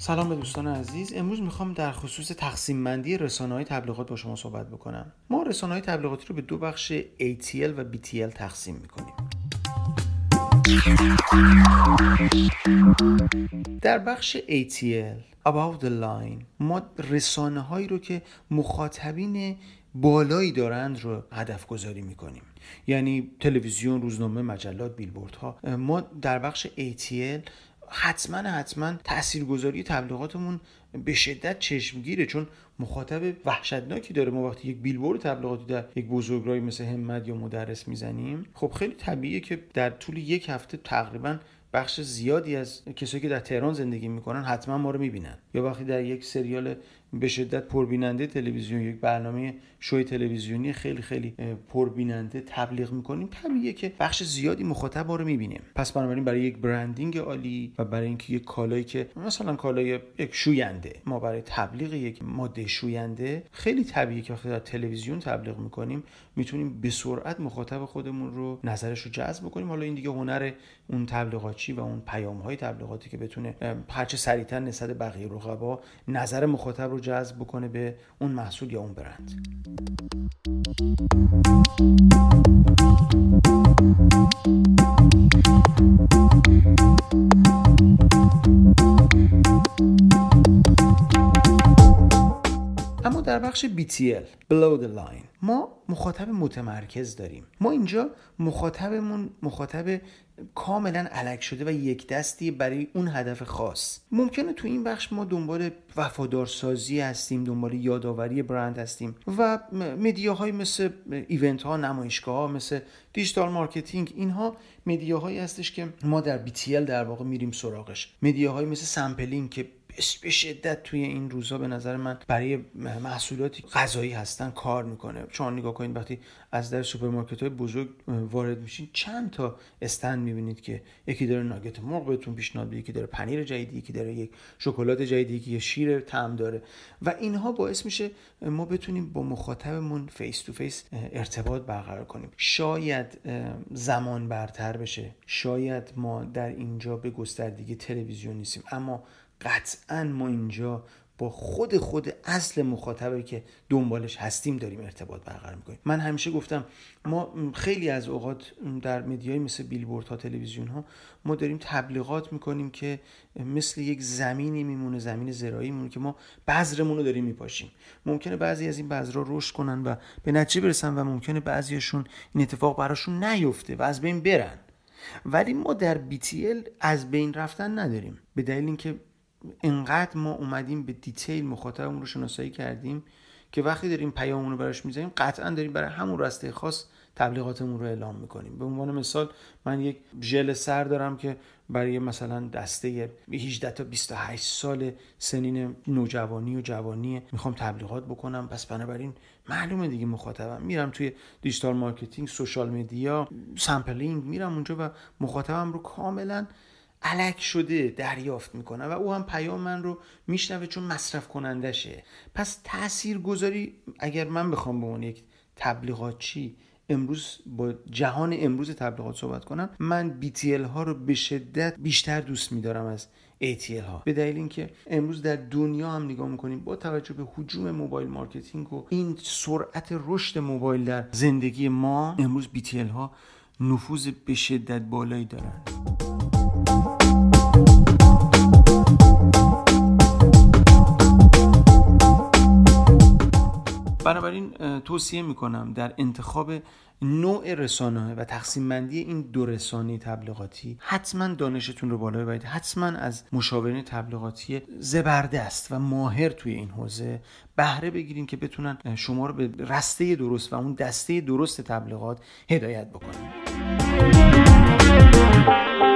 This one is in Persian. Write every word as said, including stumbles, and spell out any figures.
سلام به دوستان عزیز. امروز میخوام در خصوص تقسیم بندی رسانه‌های تبلیغات با شما صحبت بکنم. ما رسانه‌های تبلیغاتی رو به دو بخش ای تی ال و بی تی ال تقسیم میکنیم. در بخش ای تی ال Above the Line ما رسانه‌هایی رو که مخاطبین بالایی دارند رو هدف گذاری میکنیم، یعنی تلویزیون، روزنامه، مجلات، بیلبوردها. ما در بخش ای تی ال حتما حتما تاثیرگذاری تبلیغاتمون به شدت چشمگیره، چون مخاطب وحشتناکی داره. ما وقتی یک بیلبورد تبلیغاتی در یک بزرگراهی مثل همت یا مدرس میزنیم، خب خیلی طبیعیه که در طول یک هفته تقریبا بخش زیادی از کسایی که در تهران زندگی میکنن حتما ما رو میبینن. یا وقتی در یک سریال به شدت پربیننده تلویزیون، یک برنامه شوی تلویزیونی خیلی خیلی پربیننده تبلیغ میکنیم، طبیعیه که بخش زیادی مخاطب ما رو میبینیم. پس بنابراین برای یک برندینگ عالی و برای اینکه یک کالایی که مثلا کالای یک شوینده، ما برای تبلیغ یک ماده شوینده خیلی طبیعیه که وقتی در تلویزیون تبلیغ میکنیم میتونیم به سرعت مخاطب خودمون رو نظرش رو جذب بکنیم. حالا این دیگه هنر اون تبلیغاتچی و اون پیام‌های تبلیغاتی که بتونه هرچه سریعتر نسبت بقیه رقبا نظر مخاطب رو جذب بکنه به اون محصول یا اون برند. اما در بخش بی تی ال Below the Line ما مخاطب متمرکز داریم. ما اینجا مخاطبمون مخاطب کاملا الگ شده و یک دستی برای اون هدف خاص. ممکنه تو این بخش ما دنبال وفادارسازی هستیم، دنبال یادآوری برند هستیم و مدیاهای مثل ایونت ها، نمایشگاه ها، مثل دیجیتال مارکتینگ، اینها مدیاهایی هستش که ما در بی تی ال در واقع میریم سراغش. مدیاهایی مثل سامپلینگ که به شدت توی این روزا به نظر من برای محصولاتی غذایی هستن کار میکنه. چون نگاه کنید وقتی از در سوپرمارکت‌های بزرگ وارد میشین چند تا استند میبینید که یکی داره ناگت مرغ بهتون پیشنهاد میده، یکی داره پنیر جدیدی، یکی داره یک شکلات جدیدی، یکی یه شیر طعم داره و اینها باعث میشه ما بتونیم با مخاطبمون فیس تو فیس ارتباط برقرار کنیم. شاید زمان برتر بشه، شاید ما در اینجا به گستردگی تلویزیون نیستیم، اما قطعاً ما اینجا با خود خود اصل مخاطبی که دنبالش هستیم داریم ارتباط برقرار میکنیم. من همیشه گفتم ما خیلی از اوقات در مدیای مثل بیلبوردها، تلویزیون ها ما داریم تبلیغات میکنیم که مثل یک زمینی میمونه، زمین زراعی میمونه که ما بذرمون رو داریم میپاشیم. ممکنه بعضی از این بذرها رشد کنن و به نتیجه برسن و ممکنه بعضیشون این اتفاق براشون نیفته و از بین برن. ولی ما در بی تی ال از بین رفتن نداریم، به دلیل اینکه اینقدر ما اومدیم به دیتیل مخاطبمون رو شناسایی کردیم که وقتی داریم پیاممون رو براش میذاریم قطعا داریم برای همون راسته خاص تبلیغاتمون رو اعلام میکنیم. به عنوان مثال من یک ژل سر دارم که برای مثلا دسته هجده تا بیست و هشت سال سنین نوجوانی و جوانی میخوام تبلیغات بکنم. پس بنابراین معلومه دیگه مخاطبم، میرم توی دیجیتال مارکتینگ، سوشال مدیا، سامپلینگ، میرم اونجا و مخاطبم رو کاملا الک شده دریافت میکنه و او هم پیام من رو میشنوه چون مصرف کنندشه. پس تاثیرگذاری اگر من بخوام به اون یک تبلیغاتچی امروز با جهان امروز تبلیغات صحبت کنم، من بی تی ال ها رو به شدت بیشتر دوست میدارم از ای تی ال ها، به دلیل اینکه امروز در دنیا هم نگاه میکنیم با توجه به هجوم موبایل مارکتینگ و این سرعت رشد موبایل در زندگی ما، امروز بی تی ال ها نفوذ به شدت بالایی دارن. بنابراین توصیه میکنم در انتخاب نوع رسانه و تقسیم بندی این دو رسانه تبلیغاتی حتما دانشتون رو بالا ببرید. حتما از مشاورین تبلیغاتی زبردست و ماهر توی این حوزه بهره بگیرین که بتونن شما رو به رسته درست و اون دسته درست تبلیغات هدایت بکنن.